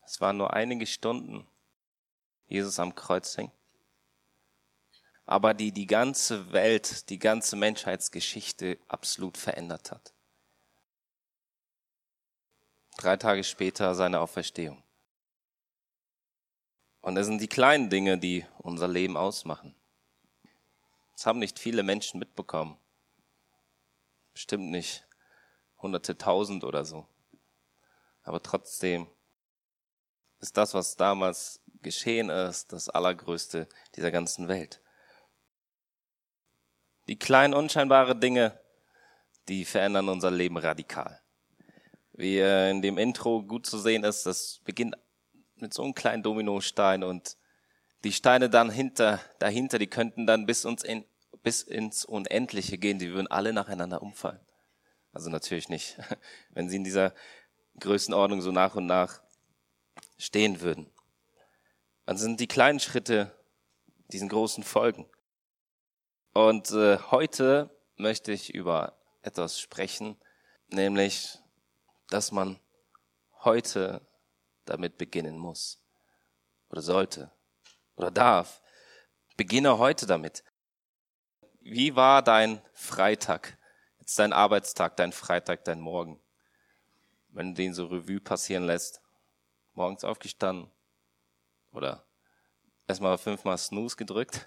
Es waren nur einige Stunden, Jesus am Kreuz hing. Aber die ganze Welt, die ganze Menschheitsgeschichte absolut verändert hat. 3 Tage später seine Auferstehung. Und es sind die kleinen Dinge, die unser Leben ausmachen. Das haben nicht viele Menschen mitbekommen. Bestimmt nicht Hunderte, Tausend oder so. Aber trotzdem ist das, was damals geschehen ist, das Allergrößte dieser ganzen Welt. Die kleinen, unscheinbaren Dinge, die verändern unser Leben radikal. Wie in dem Intro gut zu sehen ist, das beginnt mit so einem kleinen Dominostein und die Steine dann dahinter, die könnten dann bis ins Unendliche gehen, die würden alle nacheinander umfallen. Also natürlich nicht, wenn sie in dieser Größenordnung so nach und nach stehen würden. Dann sind die kleinen Schritte diesen großen Folgen. Und heute möchte ich über etwas sprechen, nämlich, dass man heute damit beginnen muss oder sollte oder darf. Beginne heute damit. Wie war dein Freitag? Jetzt dein Arbeitstag, dein Freitag, dein Morgen. Wenn du den so Revue passieren lässt, morgens aufgestanden oder erstmal 5-mal Snooze gedrückt,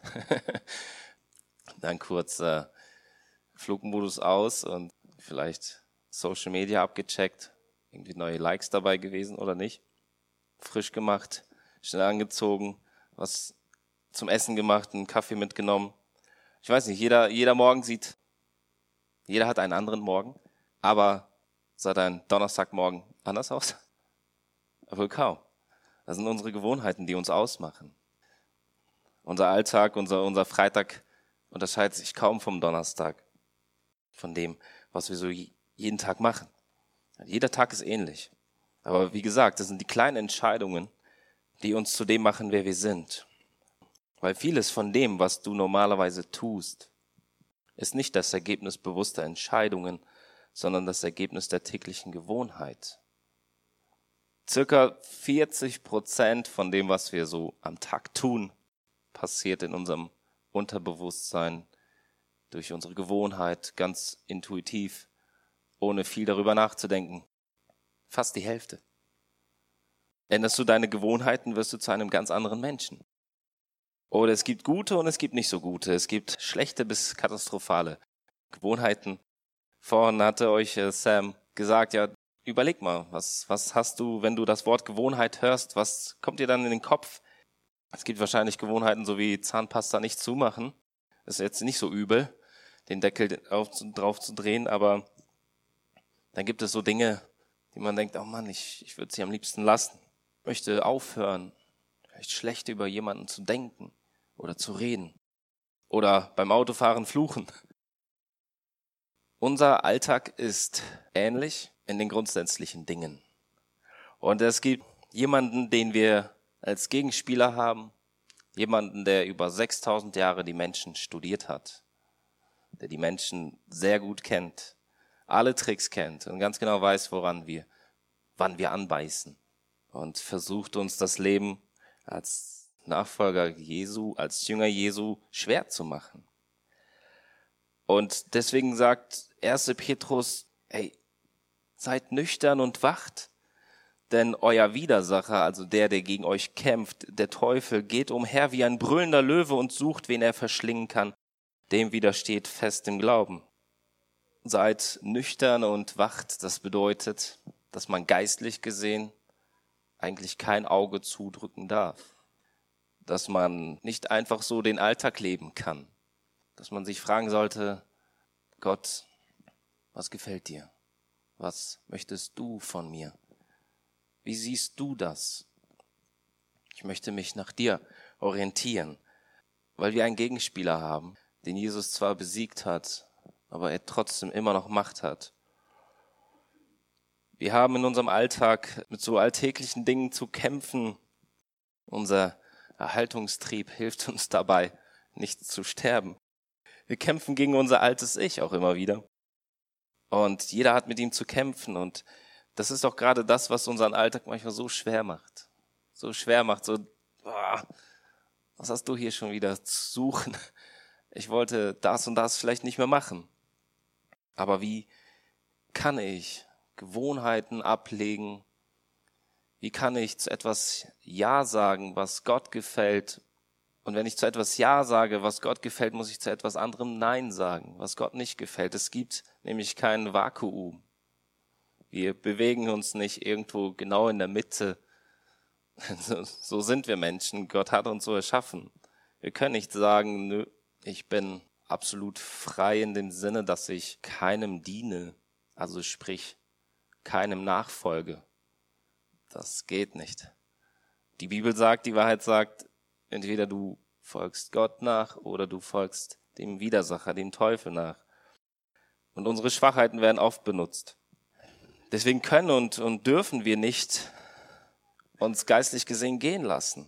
dann kurz Flugmodus aus und vielleicht Social Media abgecheckt, irgendwie neue Likes dabei gewesen oder nicht. Frisch gemacht, schnell angezogen, was zum Essen gemacht, einen Kaffee mitgenommen. Ich weiß nicht, jeder Morgen jeder hat einen anderen Morgen, aber sah dein Donnerstagmorgen anders aus? Wohl kaum. Das sind unsere Gewohnheiten, die uns ausmachen. Unser Alltag, unser Freitag unterscheidet sich kaum vom Donnerstag, von dem, was wir so jeden Tag machen. Jeder Tag ist ähnlich. Aber wie gesagt, das sind die kleinen Entscheidungen, die uns zu dem machen, wer wir sind. Weil vieles von dem, was du normalerweise tust, ist nicht das Ergebnis bewusster Entscheidungen, sondern das Ergebnis der täglichen Gewohnheit. Circa 40% von dem, was wir so am Tag tun, passiert in unserem Unterbewusstsein durch unsere Gewohnheit, ganz intuitiv, ohne viel darüber nachzudenken. Fast die Hälfte. Änderst du deine Gewohnheiten, wirst du zu einem ganz anderen Menschen. Oder es gibt gute und es gibt nicht so gute. Es gibt schlechte bis katastrophale Gewohnheiten. Vorhin hatte euch Sam gesagt, ja, überleg mal, was hast du, wenn du das Wort Gewohnheit hörst, was kommt dir dann in den Kopf? Es gibt wahrscheinlich Gewohnheiten, so wie Zahnpasta nicht zumachen. Das ist jetzt nicht so übel, den Deckel drauf zu drehen, aber dann gibt es so Dinge, die man denkt, oh Mann, ich würde sie am liebsten lassen. Ich möchte aufhören, vielleicht schlecht über jemanden zu denken oder zu reden oder beim Autofahren fluchen. Unser Alltag ist ähnlich in den grundsätzlichen Dingen. Und es gibt jemanden, den wir als Gegenspieler haben, jemanden, der über 6000 Jahre die Menschen studiert hat, der die Menschen sehr gut kennt, alle Tricks kennt und ganz genau weiß, wann wir anbeißen und versucht uns das Leben als Nachfolger Jesu, als Jünger Jesu schwer zu machen. Und deswegen sagt 1. Petrus, hey, seid nüchtern und wacht, denn euer Widersacher, also der gegen euch kämpft, der Teufel, geht umher wie ein brüllender Löwe und sucht, wen er verschlingen kann. Dem widersteht fest im Glauben. Seid nüchtern und wacht, das bedeutet, dass man geistlich gesehen eigentlich kein Auge zudrücken darf. Dass man nicht einfach so den Alltag leben kann. Dass man sich fragen sollte, Gott, was gefällt dir? Was möchtest du von mir? Wie siehst du das? Ich möchte mich nach dir orientieren, weil wir einen Gegenspieler haben, den Jesus zwar besiegt hat, aber er trotzdem immer noch Macht hat. Wir haben in unserem Alltag mit so alltäglichen Dingen zu kämpfen. Unser Erhaltungstrieb hilft uns dabei, nicht zu sterben. Wir kämpfen gegen unser altes Ich auch immer wieder. Und jeder hat mit ihm zu kämpfen. Und das ist auch gerade das, was unseren Alltag manchmal so schwer macht. so schwer macht, so, was hast du hier schon wieder zu suchen? Ich wollte das und das vielleicht nicht mehr machen. Aber wie kann ich Gewohnheiten ablegen? Wie kann ich zu etwas Ja sagen, was Gott gefällt? Und wenn ich zu etwas Ja sage, was Gott gefällt, muss ich zu etwas anderem Nein sagen, was Gott nicht gefällt. Es gibt nämlich kein Vakuum. Wir bewegen uns nicht irgendwo genau in der Mitte. So sind wir Menschen. Gott hat uns so erschaffen. Wir können nicht sagen, nö, ich bin absolut frei in dem Sinne, dass ich keinem diene, also sprich keinem nachfolge. Das geht nicht. Die Bibel sagt, die Wahrheit sagt, entweder du folgst Gott nach oder du folgst dem Widersacher, dem Teufel nach. Und unsere Schwachheiten werden oft benutzt. Deswegen können und dürfen wir nicht uns geistlich gesehen gehen lassen.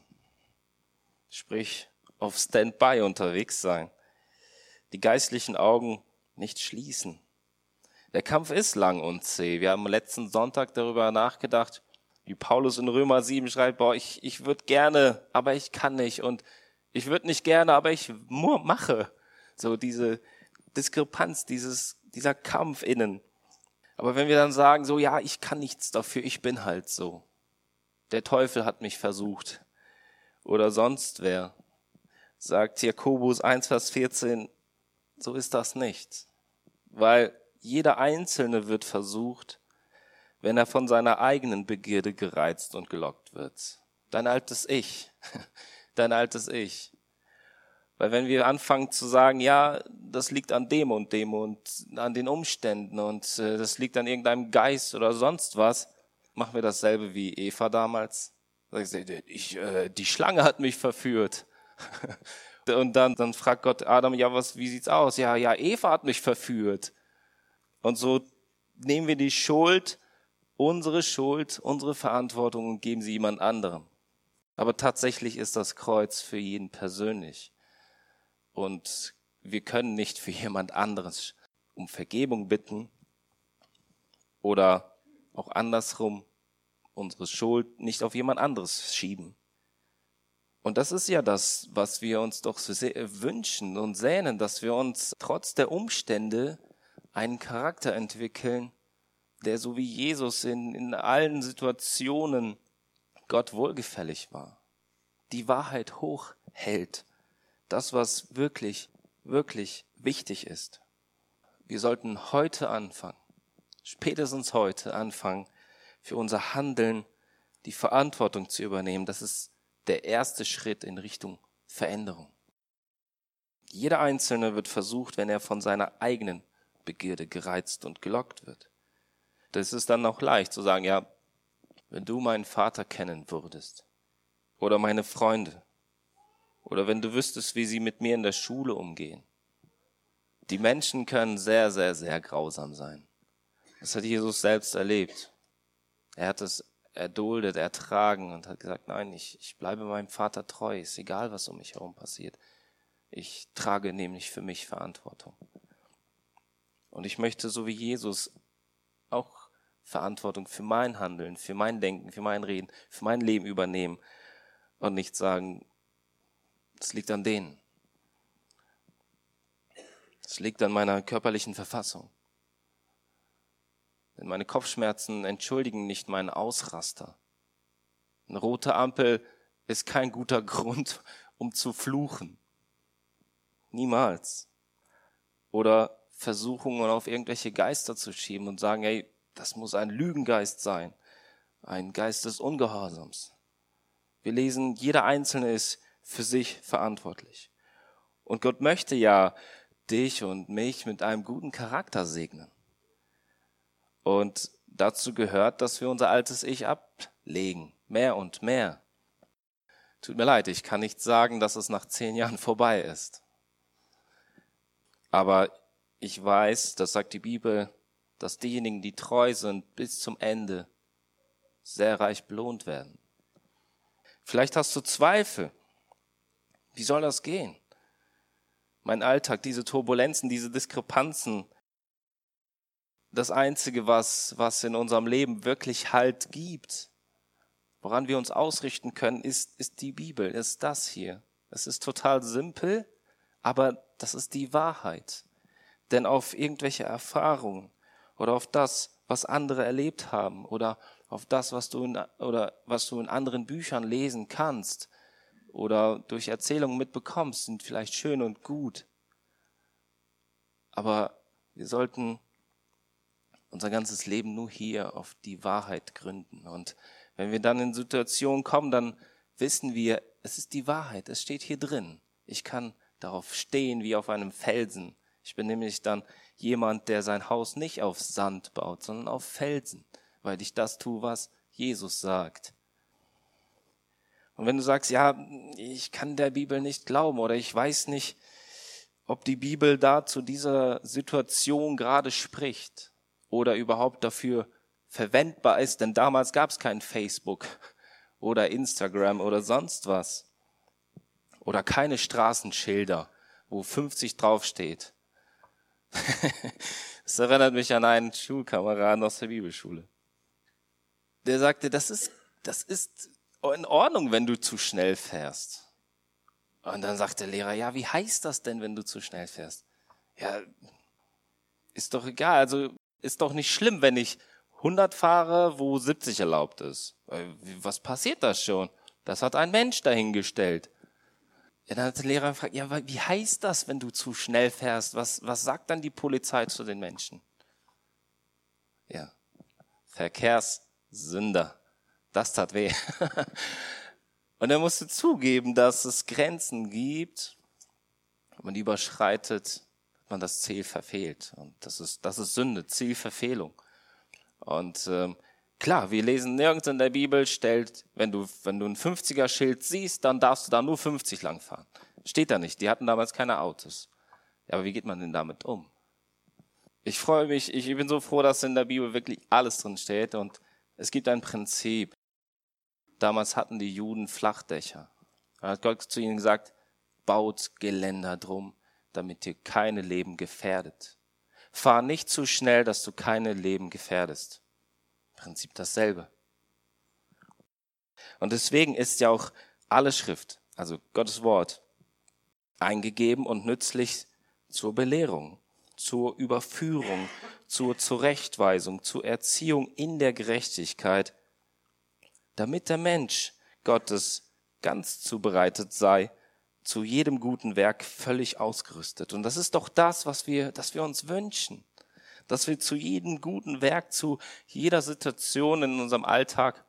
Sprich, auf Standby unterwegs sein. Die geistlichen Augen nicht schließen. Der Kampf ist lang und zäh. Wir haben letzten Sonntag darüber nachgedacht, wie Paulus in Römer 7 schreibt, ich würde gerne, aber ich kann nicht. Und ich würde nicht gerne, aber ich mache. So diese Diskrepanz, dieser Kampf innen. Aber wenn wir dann sagen, so ja, ich kann nichts dafür, ich bin halt so. Der Teufel hat mich versucht. Oder sonst wer. Sagt Jakobus 1, Vers 14, so ist das nicht. Weil jeder Einzelne wird versucht, wenn er von seiner eigenen Begierde gereizt und gelockt wird. Dein altes Ich. Dein altes Ich. Weil wenn wir anfangen zu sagen, ja, das liegt an dem und an den Umständen und das liegt an irgendeinem Geist oder sonst was, machen wir dasselbe wie Eva damals. Die Schlange hat mich verführt. Und dann fragt Gott Adam, ja, wie sieht's aus? Ja, Eva hat mich verführt. Und so nehmen wir die Schuld, unsere Verantwortung und geben sie jemand anderem. Aber tatsächlich ist das Kreuz für jeden persönlich. Und wir können nicht für jemand anderes um Vergebung bitten oder auch andersrum unsere Schuld nicht auf jemand anderes schieben. Und das ist ja das, was wir uns doch so wünschen und sehnen, dass wir uns trotz der Umstände einen Charakter entwickeln, der so wie Jesus in allen Situationen Gott wohlgefällig war. Die Wahrheit hochhält. Das, was wirklich, wirklich wichtig ist. Wir sollten heute anfangen, spätestens heute anfangen, für unser Handeln die Verantwortung zu übernehmen. Das ist der erste Schritt in Richtung Veränderung. Jeder Einzelne wird versucht, wenn er von seiner eigenen Begierde gereizt und gelockt wird. Das ist dann auch leicht zu sagen, ja, wenn du meinen Vater kennen würdest oder meine Freunde oder wenn du wüsstest, wie sie mit mir in der Schule umgehen. Die Menschen können sehr, sehr, sehr grausam sein. Das hat Jesus selbst erlebt. Er hat es erduldet, ertragen und hat gesagt, nein, ich bleibe meinem Vater treu, ist egal, was um mich herum passiert. Ich trage nämlich für mich Verantwortung. Und ich möchte, so wie Jesus, auch Verantwortung für mein Handeln, für mein Denken, für mein Reden, für mein Leben übernehmen und nicht sagen, es liegt an denen. Es liegt an meiner körperlichen Verfassung. Denn meine Kopfschmerzen entschuldigen nicht meinen Ausraster. Eine rote Ampel ist kein guter Grund, um zu fluchen. Niemals. Oder Versuchungen auf irgendwelche Geister zu schieben und sagen, hey, das muss ein Lügengeist sein. Ein Geist des Ungehorsams. Wir lesen, jeder Einzelne ist für sich verantwortlich. Und Gott möchte ja dich und mich mit einem guten Charakter segnen. Und dazu gehört, dass wir unser altes Ich ablegen. Mehr und mehr. Tut mir leid, ich kann nicht sagen, dass es nach 10 Jahren vorbei ist. Aber ich weiß, das sagt die Bibel, dass diejenigen, die treu sind, bis zum Ende sehr reich belohnt werden. Vielleicht hast du Zweifel. Wie soll das gehen? Mein Alltag, diese Turbulenzen, diese Diskrepanzen, das Einzige, was in unserem Leben wirklich Halt gibt, woran wir uns ausrichten können, ist die Bibel, ist das hier. Es ist total simpel, aber das ist die Wahrheit. Denn auf irgendwelche Erfahrungen oder auf das, was andere erlebt haben oder auf das, was du in anderen Büchern lesen kannst oder durch Erzählungen mitbekommst, sind vielleicht schön und gut. Aber wir sollten unser ganzes Leben nur hier auf die Wahrheit gründen. Und wenn wir dann in Situationen kommen, dann wissen wir, es ist die Wahrheit, es steht hier drin. Ich kann darauf stehen wie auf einem Felsen. Ich bin nämlich dann jemand, der sein Haus nicht auf Sand baut, sondern auf Felsen, weil ich das tue, was Jesus sagt. Und wenn du sagst, ja, ich kann der Bibel nicht glauben oder ich weiß nicht, ob die Bibel da zu dieser Situation gerade spricht oder überhaupt dafür verwendbar ist, denn damals gab es kein Facebook oder Instagram oder sonst was oder keine Straßenschilder, wo 50 draufsteht. Das erinnert mich an einen Schulkameraden aus der Bibelschule. Der sagte, das ist in Ordnung, wenn du zu schnell fährst. Und dann sagt der Lehrer, ja, wie heißt das denn, wenn du zu schnell fährst? Ja, ist doch egal, also ist doch nicht schlimm, wenn ich 100 fahre, wo 70 erlaubt ist. Was passiert das schon? Das hat ein Mensch dahingestellt. Ja, dann hat der Lehrer gefragt, ja, wie heißt das, wenn du zu schnell fährst? Was sagt dann die Polizei zu den Menschen? Ja, Verkehrssünder. Das tat weh. Und er musste zugeben, dass es Grenzen gibt. Wenn man die überschreitet, hat man das Ziel verfehlt. Und das ist Sünde, Zielverfehlung. Und klar, wir lesen nirgends in der Bibel, wenn du ein 50er-Schild siehst, dann darfst du da nur 50 lang fahren. Steht da nicht, die hatten damals keine Autos. Ja, aber wie geht man denn damit um? Ich freue mich, ich bin so froh, dass in der Bibel wirklich alles drin steht. Und es gibt ein Prinzip. Damals hatten die Juden Flachdächer. Da hat Gott zu ihnen gesagt, baut Geländer drum, damit ihr keine Leben gefährdet. Fahr nicht zu schnell, dass du keine Leben gefährdest. Im Prinzip dasselbe. Und deswegen ist ja auch alle Schrift, also Gottes Wort, eingegeben und nützlich zur Belehrung, zur Überführung, zur Zurechtweisung, zur Erziehung in der Gerechtigkeit, damit der Mensch Gottes ganz zubereitet sei, zu jedem guten Werk völlig ausgerüstet. Und das ist doch das, was wir uns wünschen, dass wir zu jedem guten Werk, zu jeder Situation in unserem Alltag,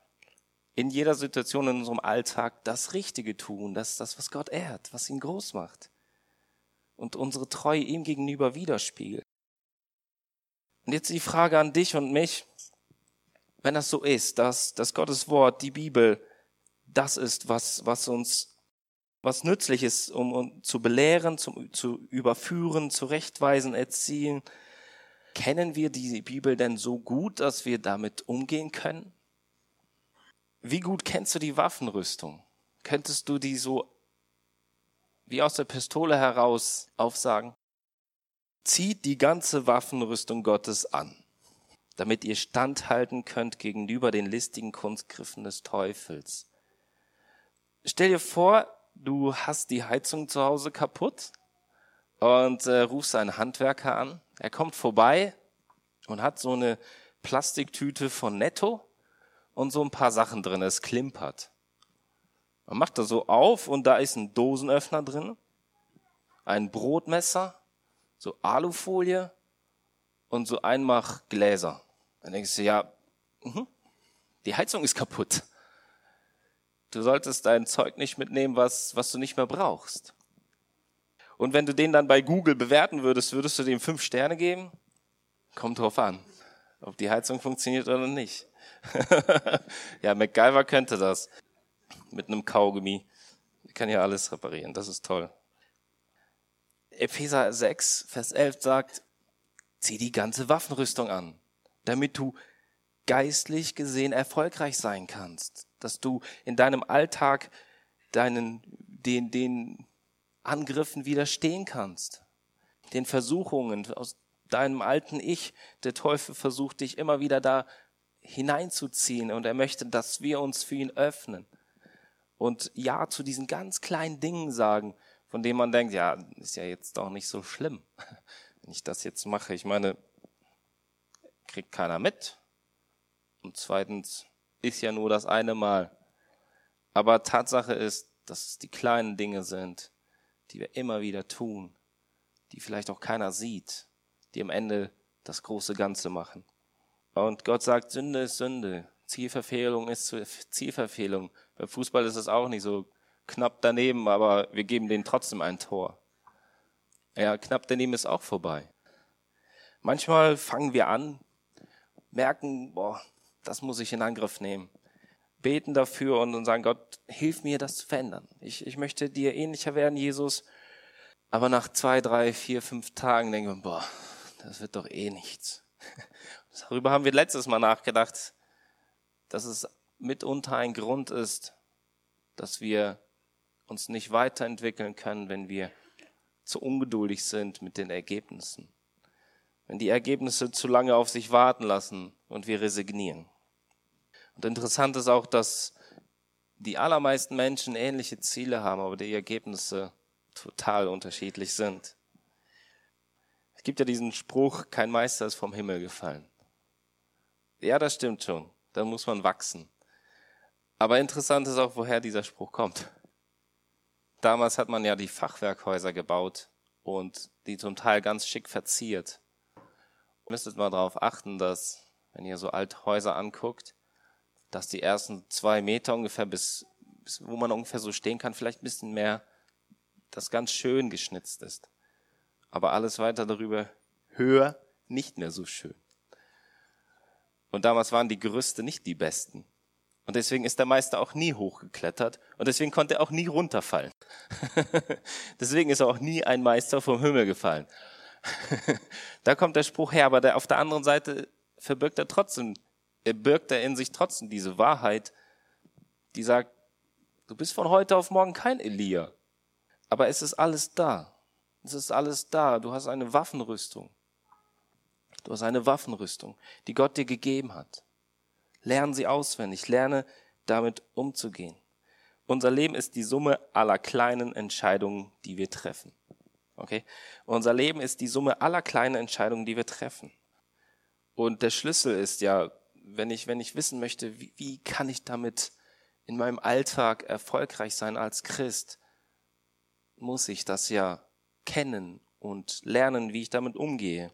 das Richtige tun, das was Gott ehrt, was ihn groß macht und unsere Treue ihm gegenüber widerspiegelt. Und jetzt die Frage an dich und mich, wenn das so ist, dass Gottes Wort, die Bibel, das ist, was nützlich ist, um zu belehren, zu überführen, zurechtweisen, erziehen, kennen wir die Bibel denn so gut, dass wir damit umgehen können? Wie gut kennst du die Waffenrüstung? Könntest du die so wie aus der Pistole heraus aufsagen? Zieht die ganze Waffenrüstung Gottes an, damit ihr standhalten könnt gegenüber den listigen Kunstgriffen des Teufels. Stell dir vor, du hast die Heizung zu Hause kaputt und rufst einen Handwerker an. Er kommt vorbei und hat so eine Plastiktüte von Netto und so ein paar Sachen drin. Es klimpert. Man macht das so auf und da ist ein Dosenöffner drin, ein Brotmesser, so Alufolie und so Einmachgläser. Dann denkst du, ja, die Heizung ist kaputt. Du solltest dein Zeug nicht mitnehmen, was du nicht mehr brauchst. Und wenn du den dann bei Google bewerten würdest du dem 5 Sterne geben? Kommt drauf an, ob die Heizung funktioniert oder nicht. Ja, MacGyver könnte das. Mit einem Kaugummi. Ich kann ja alles reparieren, das ist toll. Epheser 6, Vers 11 sagt, zieh die ganze Waffenrüstung an, damit du geistlich gesehen erfolgreich sein kannst. Dass du in deinem Alltag den Angriffen widerstehen kannst. Den Versuchungen aus deinem alten Ich. Der Teufel versucht dich immer wieder da hineinzuziehen und er möchte, dass wir uns für ihn öffnen und Ja zu diesen ganz kleinen Dingen sagen, von denen man denkt, ja, ist ja jetzt doch nicht so schlimm, wenn ich das jetzt mache. Ich meine, kriegt keiner mit. Und zweitens ist ja nur das eine Mal. Aber Tatsache ist, dass es die kleinen Dinge sind, die wir immer wieder tun, die vielleicht auch keiner sieht, die am Ende das große Ganze machen. Und Gott sagt, Sünde ist Sünde, Zielverfehlung ist Zielverfehlung. Beim Fußball ist es auch nicht so knapp daneben, aber wir geben denen trotzdem ein Tor. Ja, knapp daneben ist auch vorbei. Manchmal fangen wir an, merken, das muss ich in Angriff nehmen. Beten dafür und sagen, Gott, hilf mir, das zu verändern. Ich möchte dir ähnlicher werden, Jesus. Aber nach 2, 3, 4, 5 Tagen denken wir, das wird doch eh nichts. Darüber haben wir letztes Mal nachgedacht, dass es mitunter ein Grund ist, dass wir uns nicht weiterentwickeln können, wenn wir zu ungeduldig sind mit den Ergebnissen. Wenn die Ergebnisse zu lange auf sich warten lassen und wir resignieren. Und interessant ist auch, dass die allermeisten Menschen ähnliche Ziele haben, aber die Ergebnisse total unterschiedlich sind. Es gibt ja diesen Spruch, kein Meister ist vom Himmel gefallen. Ja, das stimmt schon. Da muss man wachsen. Aber interessant ist auch, woher dieser Spruch kommt. Damals hat man ja die Fachwerkhäuser gebaut und die zum Teil ganz schick verziert. Ihr müsstet mal darauf achten, dass, wenn ihr so alte Häuser anguckt, dass die ersten 2 Meter ungefähr bis wo man ungefähr so stehen kann, vielleicht ein bisschen mehr, das ganz schön geschnitzt ist. Aber alles weiter darüber höher, nicht mehr so schön. Und damals waren die Gerüste nicht die besten. Und deswegen ist der Meister auch nie hochgeklettert und deswegen konnte er auch nie runterfallen. Deswegen ist auch nie ein Meister vom Himmel gefallen. Da kommt der Spruch her, aber auf der anderen Seite birgt er in sich trotzdem diese Wahrheit, die sagt, du bist von heute auf morgen kein Elia. Aber es ist alles da. Es ist alles da. Du hast eine Waffenrüstung. Du hast eine Waffenrüstung, die Gott dir gegeben hat. Lerne sie auswendig. Lerne damit umzugehen. Unser Leben ist die Summe aller kleinen Entscheidungen, die wir treffen. Okay? Unser Leben ist die Summe aller kleinen Entscheidungen, die wir treffen. Und der Schlüssel ist ja, wenn ich wissen möchte, wie kann ich damit in meinem Alltag erfolgreich sein als Christ, muss ich das ja kennen und lernen, wie ich damit umgehe.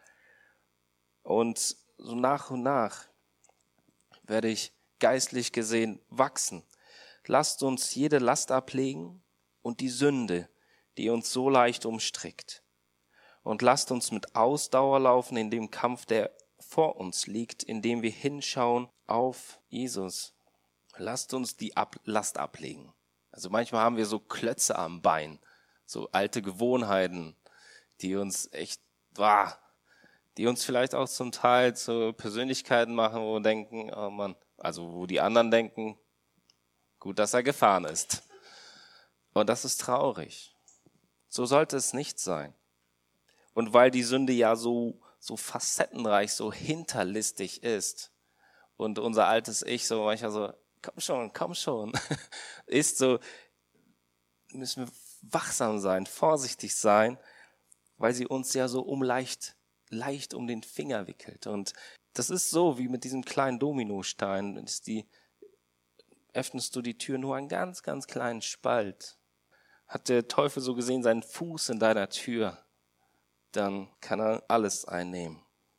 Und so nach und nach werde ich geistlich gesehen wachsen. Lasst uns jede Last ablegen und die Sünde, die uns so leicht umstrickt. Und lasst uns mit Ausdauer laufen in dem Kampf, der vor uns liegt, indem wir hinschauen auf Jesus. Lasst uns die Last ablegen. Also manchmal haben wir so Klötze am Bein, so alte Gewohnheiten, die uns echt, die uns vielleicht auch zum Teil zu Persönlichkeiten machen, wo wir denken, oh Mann, also wo die anderen denken, gut, dass er gefahren ist. Und das ist traurig. So sollte es nicht sein. Und weil die Sünde ja so facettenreich, so hinterlistig ist und unser altes Ich so manchmal so, komm schon, ist so, müssen wir wachsam sein, vorsichtig sein, weil sie uns ja so leicht um den Finger wickelt. Und das ist so wie mit diesem kleinen Dominostein, öffnest du die Tür nur einen ganz, ganz kleinen Spalt. Hat der Teufel so gesehen seinen Fuß in deiner Tür, dann kann er alles einnehmen.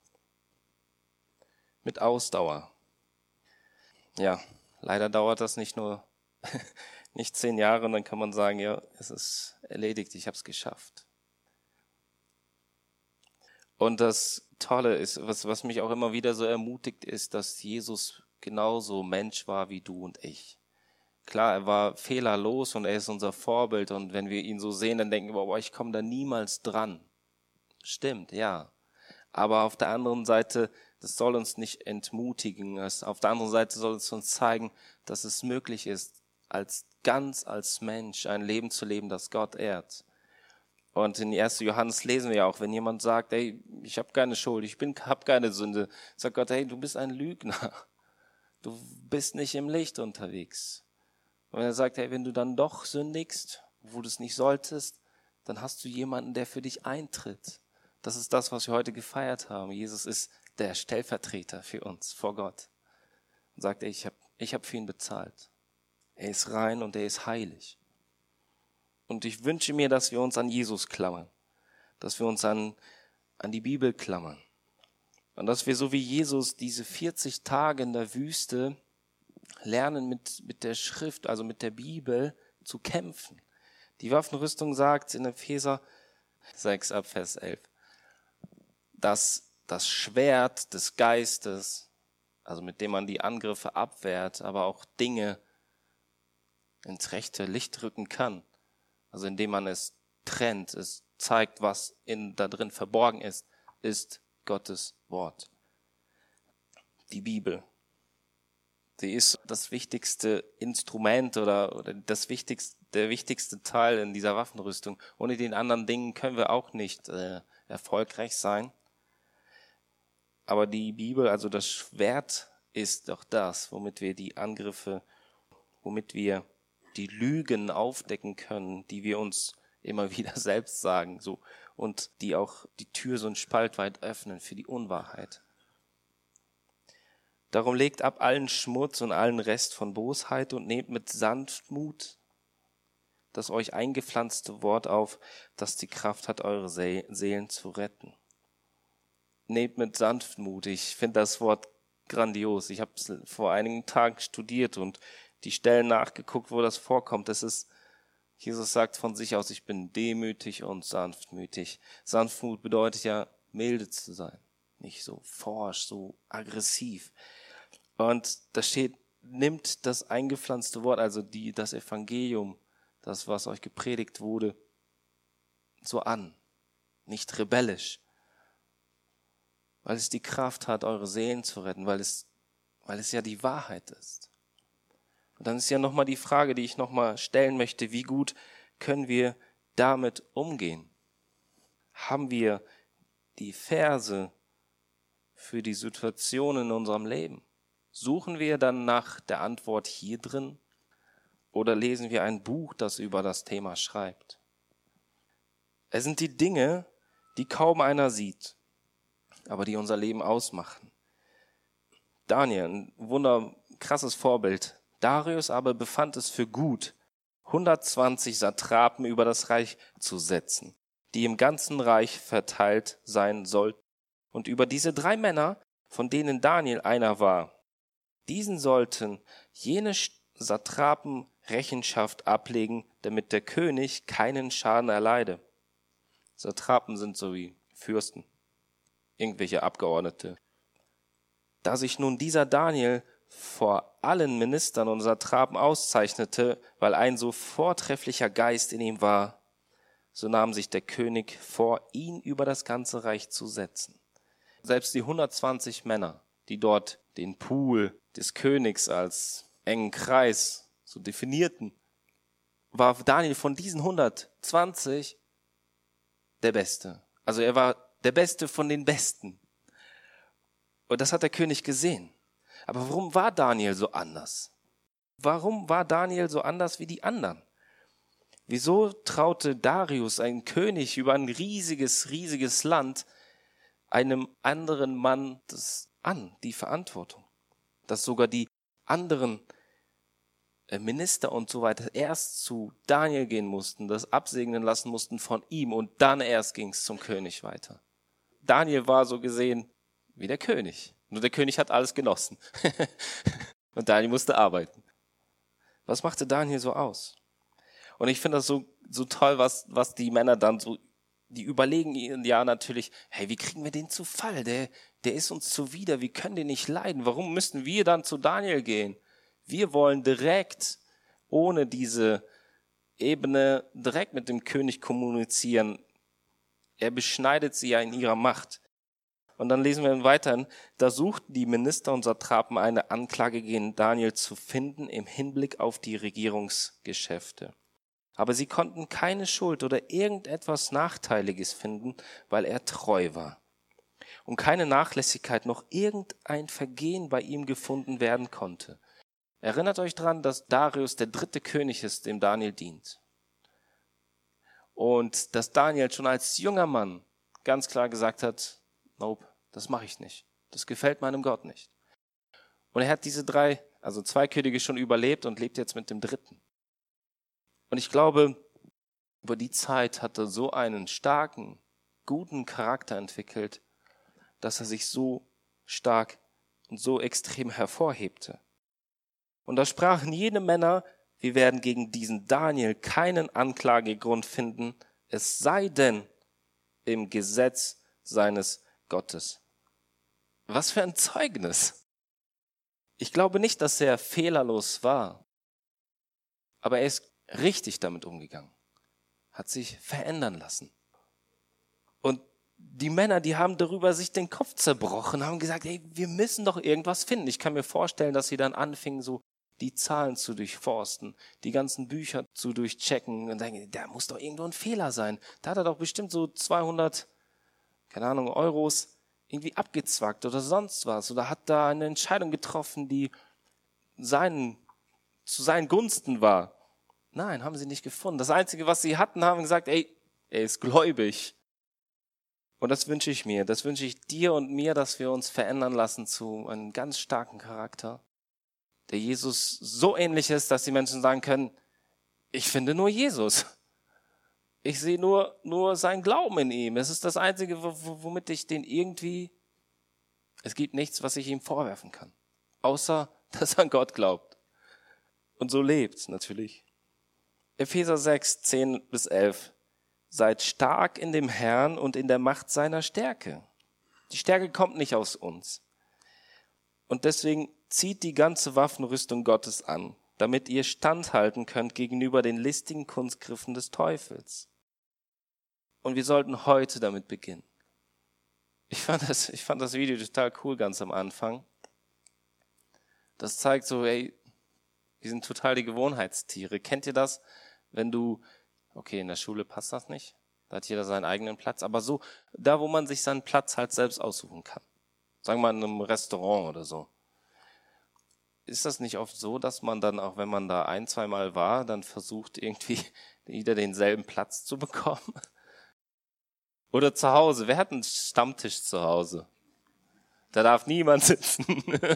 Mit Ausdauer. Ja, leider dauert das nicht 10 Jahre und dann kann man sagen, ja, es ist erledigt, ich habe es geschafft. Und das Tolle ist, was mich auch immer wieder so ermutigt, ist, dass Jesus genauso Mensch war wie du und ich. Klar, er war fehlerlos und er ist unser Vorbild und wenn wir ihn so sehen, dann denken wir, ich komme da niemals dran. Stimmt, ja. Aber auf der anderen Seite, das soll uns nicht entmutigen. Auf der anderen Seite soll es uns zeigen, dass es möglich ist, als Mensch ein Leben zu leben, das Gott ehrt. Und in 1. Johannes lesen wir ja auch, wenn jemand sagt, hey, ich habe keine Schuld, habe keine Sünde, sagt Gott, hey, du bist ein Lügner. Du bist nicht im Licht unterwegs. Und wenn er sagt, hey, wenn du dann doch sündigst, wo du es nicht solltest, dann hast du jemanden, der für dich eintritt. Das ist das, was wir heute gefeiert haben. Jesus ist der Stellvertreter für uns vor Gott. Und sagt, ey, ich hab für ihn bezahlt. Er ist rein und er ist heilig. Und ich wünsche mir, dass wir uns an Jesus klammern. Dass wir uns an die Bibel klammern. Und dass wir so wie Jesus diese 40 Tage in der Wüste lernen, mit der Schrift, also mit der Bibel zu kämpfen. Die Waffenrüstung sagt in Epheser 6 ab Vers 11, dass das Schwert des Geistes, also mit dem man die Angriffe abwehrt, aber auch Dinge ins rechte Licht rücken kann. Also indem man es trennt, es zeigt, was da drin verborgen ist Gottes Wort. Die Bibel. Sie ist das wichtigste Instrument oder der wichtigste Teil in dieser Waffenrüstung. Ohne den anderen Dingen können wir auch nicht erfolgreich sein. Aber die Bibel, also das Schwert, ist doch das, womit wir die Angriffe, womit wir die Lügen aufdecken können, die wir uns immer wieder selbst sagen, so, und die auch die Tür so einen Spalt weit öffnen für die Unwahrheit. Darum legt ab allen Schmutz und allen Rest von Bosheit und nehmt mit Sanftmut das euch eingepflanzte Wort auf, das die Kraft hat, eure Seelen zu retten. Nehmt mit Sanftmut. Ich finde das Wort grandios. Ich habe es vor einigen Tagen studiert und die Stellen nachgeguckt, wo das vorkommt. Jesus sagt von sich aus, ich bin demütig und sanftmütig. Sanftmut bedeutet ja, milde zu sein. Nicht so forsch, so aggressiv. Und da steht, nimmt das eingepflanzte Wort, also das Evangelium, das, was euch gepredigt wurde, so an. Nicht rebellisch. Weil es die Kraft hat, eure Seelen zu retten, weil es ja die Wahrheit ist. Und dann ist ja nochmal die Frage, die ich nochmal stellen möchte, wie gut können wir damit umgehen? Haben wir die Verse für die Situation in unserem Leben? Suchen wir dann nach der Antwort hier drin? Oder lesen wir ein Buch, das über das Thema schreibt? Es sind die Dinge, die kaum einer sieht, aber die unser Leben ausmachen. Daniel, ein krasses Vorbild. Darius aber befand es für gut, 120 Satrapen über das Reich zu setzen, die im ganzen Reich verteilt sein sollten. Und über diese 3 Männer, von denen Daniel einer war, diesen sollten jene Satrapen Rechenschaft ablegen, damit der König keinen Schaden erleide. Satrapen sind so wie Fürsten, irgendwelche Abgeordnete. Da sich nun dieser Daniel vor allen Ministern und Satrapen auszeichnete, weil ein so vortrefflicher Geist in ihm war, so nahm sich der König vor, ihn über das ganze Reich zu setzen. Selbst die 120 Männer, die dort den Pool des Königs als engen Kreis so definierten, war Daniel von diesen 120 der Beste. Also er war der Beste von den Besten. Und das hat der König gesehen. Aber warum war Daniel so anders? Warum war Daniel so anders wie die anderen? Wieso traute Darius, ein König über ein riesiges Land, einem anderen Mann das an, die Verantwortung? Dass sogar die anderen Minister und so weiter erst zu Daniel gehen mussten, das absegnen lassen mussten von ihm und dann erst ging es zum König weiter. Daniel war so gesehen wie der König. Nur der König hat alles genossen. Und Daniel musste arbeiten. Was machte Daniel so aus? Und ich finde das so toll, was die Männer dann so, die überlegen ja natürlich, hey, wie kriegen wir den zu Fall? Der ist uns zuwider, wir können den nicht leiden. Warum müssen wir dann zu Daniel gehen? Wir wollen direkt, ohne diese Ebene, direkt mit dem König kommunizieren. Er beschneidet sie ja in ihrer Macht. Und dann lesen wir weiter, da suchten die Minister und Satrapen eine Anklage gegen Daniel zu finden im Hinblick auf die Regierungsgeschäfte. Aber sie konnten keine Schuld oder irgendetwas Nachteiliges finden, weil er treu war. Und keine Nachlässigkeit noch irgendein Vergehen bei ihm gefunden werden konnte. Erinnert euch daran, dass Darius der 3. König ist, dem Daniel dient. Und dass Daniel schon als junger Mann ganz klar gesagt hat, nope, das mache ich nicht. Das gefällt meinem Gott nicht. Und er hat diese 2 Könige schon überlebt und lebt jetzt mit dem 3. Und ich glaube, über die Zeit hat er so einen starken, guten Charakter entwickelt, dass er sich so stark und so extrem hervorhebte. Und da sprachen jene Männer, wir werden gegen diesen Daniel keinen Anklagegrund finden, es sei denn im Gesetz seines Gottes. Was für ein Zeugnis! Ich glaube nicht, dass er fehlerlos war, aber er ist richtig damit umgegangen, hat sich verändern lassen. Und die Männer, die haben darüber sich den Kopf zerbrochen, haben gesagt, hey, wir müssen doch irgendwas finden. Ich kann mir vorstellen, dass sie dann anfingen, so die Zahlen zu durchforsten, die ganzen Bücher zu durchchecken und denken, da muss doch irgendwo ein Fehler sein. Da hat er doch bestimmt so 200, Euros irgendwie abgezwackt oder sonst was. Oder hat da eine Entscheidung getroffen, die zu seinen Gunsten war. Nein, haben sie nicht gefunden. Das Einzige, was sie hatten, haben gesagt, ey, er ist gläubig. Und das wünsche ich mir, das wünsche ich dir und mir, dass wir uns verändern lassen zu einem ganz starken Charakter, der Jesus so ähnlich ist, dass die Menschen sagen können, ich finde nur Jesus. Ich sehe nur seinen Glauben in ihm. Es ist das Einzige, womit ich den irgendwie, es gibt nichts, was ich ihm vorwerfen kann. Außer, dass er an Gott glaubt. Und so lebt natürlich. Epheser 6, 10-11. Seid stark in dem Herrn und in der Macht seiner Stärke. Die Stärke kommt nicht aus uns. Und deswegen zieht die ganze Waffenrüstung Gottes an, damit ihr standhalten könnt gegenüber den listigen Kunstgriffen des Teufels. Und wir sollten heute damit beginnen. Ich fand das Video total cool ganz am Anfang. Das zeigt so, ey, wir sind total die Gewohnheitstiere. Kennt ihr das, wenn du, okay, in der Schule passt das nicht, da hat jeder seinen eigenen Platz, aber so, da wo man sich seinen Platz halt selbst aussuchen kann. Sagen wir mal in einem Restaurant oder so. Ist das nicht oft so, dass man dann, auch wenn man da 1-2 Mal war, dann versucht irgendwie wieder denselben Platz zu bekommen? Oder zu Hause, wer hat einen Stammtisch zu Hause? Da darf niemand sitzen.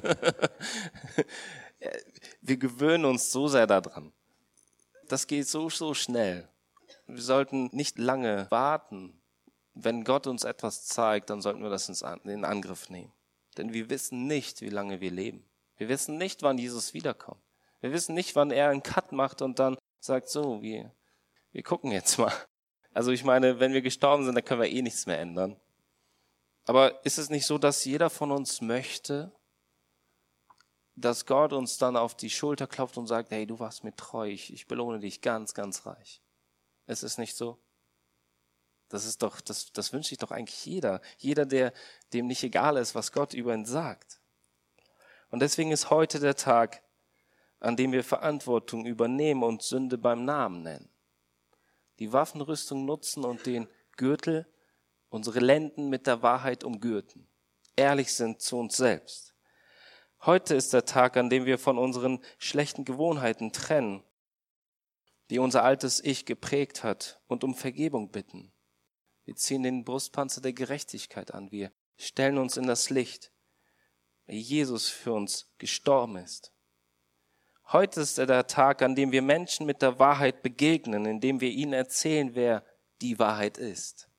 Wir gewöhnen uns so sehr daran. Das geht so schnell. Wir sollten nicht lange warten. Wenn Gott uns etwas zeigt, dann sollten wir das in Angriff nehmen. Denn wir wissen nicht, wie lange wir leben. Wir wissen nicht, wann Jesus wiederkommt. Wir wissen nicht, wann er einen Cut macht und dann sagt, so, wir gucken jetzt mal. Also ich meine, wenn wir gestorben sind, dann können wir nichts mehr ändern. Aber ist es nicht so, dass jeder von uns möchte, dass Gott uns dann auf die Schulter klopft und sagt, hey, du warst mir treu, ich belohne dich ganz, ganz reich. Ist es nicht so? Das wünscht sich doch eigentlich jeder. Jeder, dem nicht egal ist, was Gott über ihn sagt. Und deswegen ist heute der Tag, an dem wir Verantwortung übernehmen und Sünde beim Namen nennen. Die Waffenrüstung nutzen und den Gürtel, unsere Lenden mit der Wahrheit umgürten. Ehrlich sind zu uns selbst. Heute ist der Tag, an dem wir von unseren schlechten Gewohnheiten trennen, die unser altes Ich geprägt hat, und um Vergebung bitten. Wir ziehen den Brustpanzer der Gerechtigkeit an. Wir stellen uns in das Licht, weil Jesus für uns gestorben ist. Heute ist der Tag, an dem wir Menschen mit der Wahrheit begegnen, indem wir ihnen erzählen, wer die Wahrheit ist.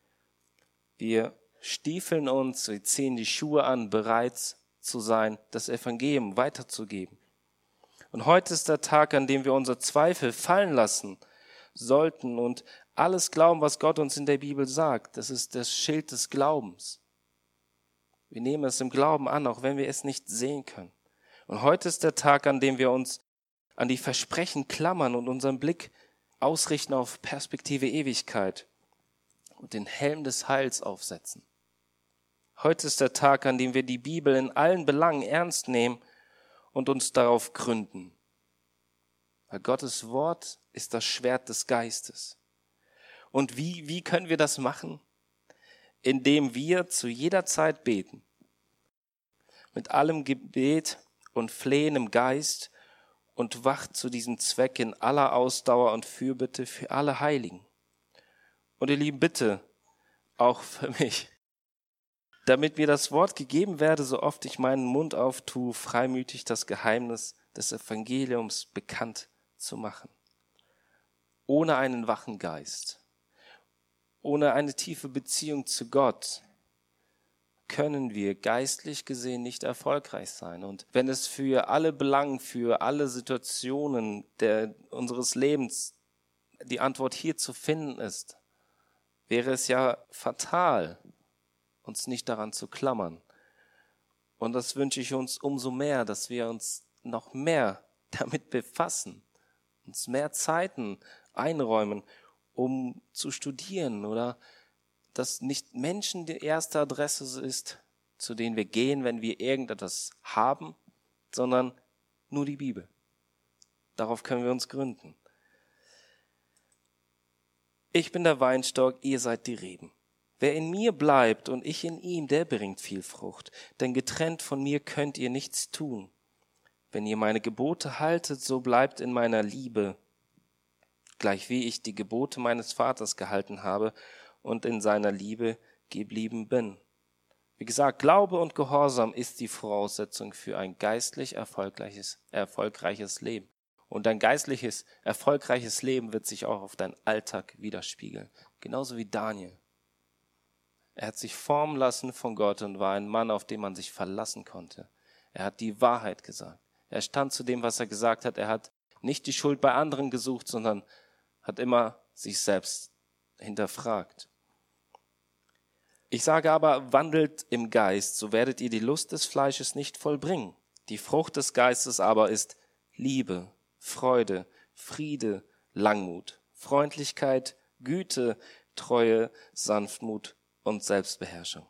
Wir stiefeln uns, wir ziehen die Schuhe an, bereit zu sein, das Evangelium weiterzugeben. Und heute ist der Tag, an dem wir unsere Zweifel fallen lassen sollten und alles glauben, was Gott uns in der Bibel sagt. Das ist das Schild des Glaubens. Wir nehmen es im Glauben an, auch wenn wir es nicht sehen können. Und heute ist der Tag, an dem wir uns an die Versprechen klammern und unseren Blick ausrichten auf Perspektive Ewigkeit und den Helm des Heils aufsetzen. Heute ist der Tag, an dem wir die Bibel in allen Belangen ernst nehmen und uns darauf gründen. Weil Gottes Wort ist das Schwert des Geistes. Und wie können wir das machen? Indem wir zu jeder Zeit beten. Mit allem Gebet und Flehen im Geist und wacht zu diesem Zweck in aller Ausdauer und Fürbitte für alle Heiligen. Und ihr Lieben, bitte, auch für mich, damit mir das Wort gegeben werde, so oft ich meinen Mund auftue, freimütig das Geheimnis des Evangeliums bekannt zu machen. Ohne einen wachen Geist, ohne eine tiefe Beziehung zu Gott, können wir geistlich gesehen nicht erfolgreich sein. Und wenn es für alle Belangen, für alle Situationen unseres Lebens die Antwort hier zu finden ist, wäre es ja fatal, uns nicht daran zu klammern. Und das wünsche ich uns umso mehr, dass wir uns noch mehr damit befassen, uns mehr Zeiten einräumen, um zu studieren oder dass nicht Menschen die erste Adresse ist, zu denen wir gehen, wenn wir irgendetwas haben, sondern nur die Bibel. Darauf können wir uns gründen. Ich bin der Weinstock, ihr seid die Reben. Wer in mir bleibt und ich in ihm, der bringt viel Frucht. Denn getrennt von mir könnt ihr nichts tun. Wenn ihr meine Gebote haltet, so bleibt in meiner Liebe, gleichwie ich die Gebote meines Vaters gehalten habe und in seiner Liebe geblieben bin. Wie gesagt, Glaube und Gehorsam ist die Voraussetzung für ein geistlich erfolgreiches Leben. Und dein geistliches, erfolgreiches Leben wird sich auch auf deinen Alltag widerspiegeln. Genauso wie Daniel. Er hat sich formen lassen von Gott und war ein Mann, auf den man sich verlassen konnte. Er hat die Wahrheit gesagt. Er stand zu dem, was er gesagt hat. Er hat nicht die Schuld bei anderen gesucht, sondern hat immer sich selbst hinterfragt. Ich sage aber, wandelt im Geist, so werdet ihr die Lust des Fleisches nicht vollbringen. Die Frucht des Geistes aber ist Liebe, Freude, Friede, Langmut, Freundlichkeit, Güte, Treue, Sanftmut und Selbstbeherrschung.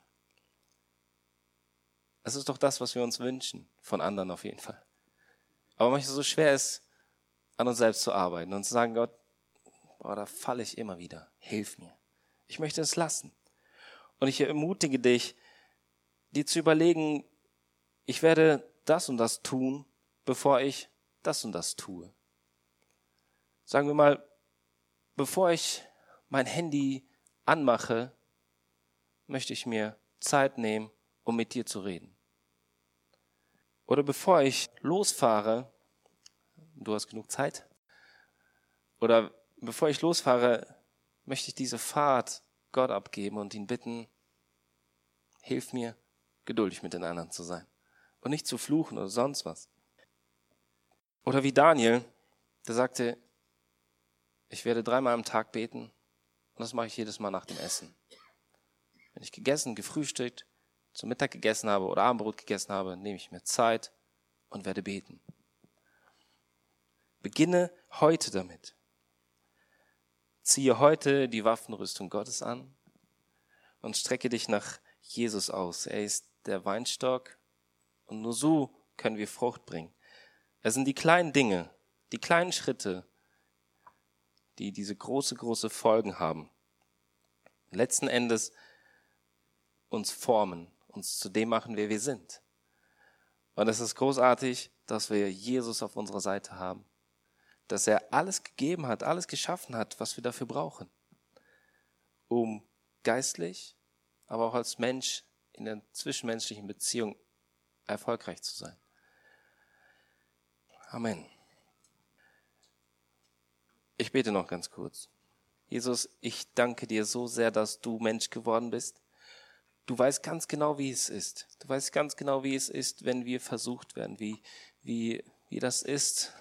Es ist doch das, was wir uns wünschen, von anderen auf jeden Fall. Aber manchmal so schwer ist, an uns selbst zu arbeiten und zu sagen, Gott, da falle ich immer wieder, hilf mir. Ich möchte es lassen. Und ich ermutige dich, dir zu überlegen, ich werde das und das tun, bevor ich das und das tue. Sagen wir mal, bevor ich mein Handy anmache, möchte ich mir Zeit nehmen, um mit dir zu reden. Oder bevor ich losfahre, du hast genug Zeit, oder bevor ich losfahre, möchte ich diese Fahrt Gott abgeben und ihn bitten, hilf mir, geduldig mit den anderen zu sein und nicht zu fluchen oder sonst was. Oder wie Daniel, der sagte, ich werde 3-mal am Tag beten und das mache ich jedes Mal nach dem Essen. Wenn ich gegessen, gefrühstückt, zum Mittag gegessen habe oder Abendbrot gegessen habe, nehme ich mir Zeit und werde beten. Beginne heute damit. Ziehe heute die Waffenrüstung Gottes an und strecke dich nach Jesus aus. Er ist der Weinstock und nur so können wir Frucht bringen. Es sind die kleinen Dinge, die kleinen Schritte, die diese große Folgen haben. Letzten Endes uns formen, uns zu dem machen, wer wir sind. Und es ist großartig, dass wir Jesus auf unserer Seite haben. Dass er alles gegeben hat, alles geschaffen hat, was wir dafür brauchen. Um geistlich, aber auch als Mensch in der zwischenmenschlichen Beziehung erfolgreich zu sein. Amen. Ich bete noch ganz kurz. Jesus, ich danke dir so sehr, dass du Mensch geworden bist. Du weißt ganz genau, wie es ist. Du weißt ganz genau, wie es ist, wenn wir versucht werden, wie das ist,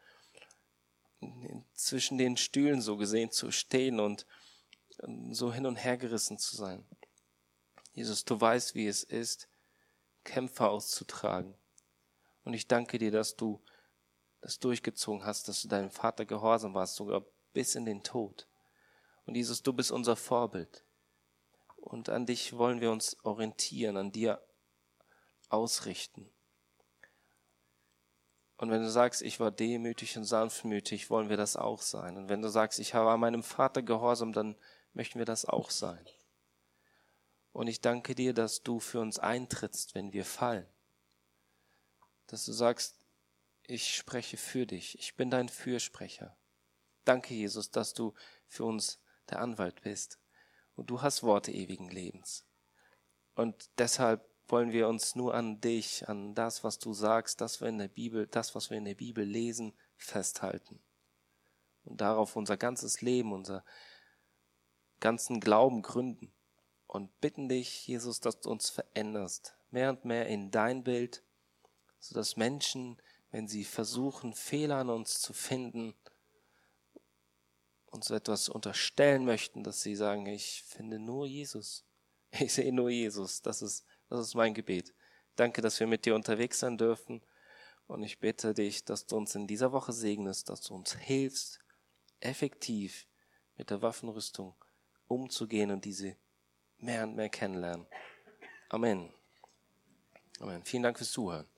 zwischen den Stühlen so gesehen zu stehen und so hin und her gerissen zu sein. Jesus, du weißt, wie es ist, Kämpfe auszutragen. Und ich danke dir, dass du das durchgezogen hast, dass du deinem Vater gehorsam warst, sogar bis in den Tod. Und Jesus, du bist unser Vorbild. Und an dich wollen wir uns orientieren, an dir ausrichten. Und wenn du sagst, ich war demütig und sanftmütig, wollen wir das auch sein. Und wenn du sagst, ich war meinem Vater gehorsam, dann möchten wir das auch sein. Und ich danke dir, dass du für uns eintrittst, wenn wir fallen. Dass du sagst, ich spreche für dich, ich bin dein Fürsprecher. Danke, Jesus, dass du für uns der Anwalt bist. Und du hast Worte ewigen Lebens. Und deshalb wollen wir uns nur an dich, an das, was du sagst, das, was wir in der Bibel lesen, festhalten. Und darauf unser ganzes Leben, unser ganzen Glauben gründen. Und bitten dich, Jesus, dass du uns veränderst, mehr und mehr in dein Bild, sodass Menschen, wenn sie versuchen, Fehler an uns zu finden, uns etwas unterstellen möchten, dass sie sagen, ich finde nur Jesus. Ich sehe nur Jesus. Das ist mein Gebet. Danke, dass wir mit dir unterwegs sein dürfen. Und ich bitte dich, dass du uns in dieser Woche segnest, dass du uns hilfst, effektiv mit der Waffenrüstung umzugehen und diese mehr und mehr kennenlernen. Amen. Amen. Vielen Dank fürs Zuhören.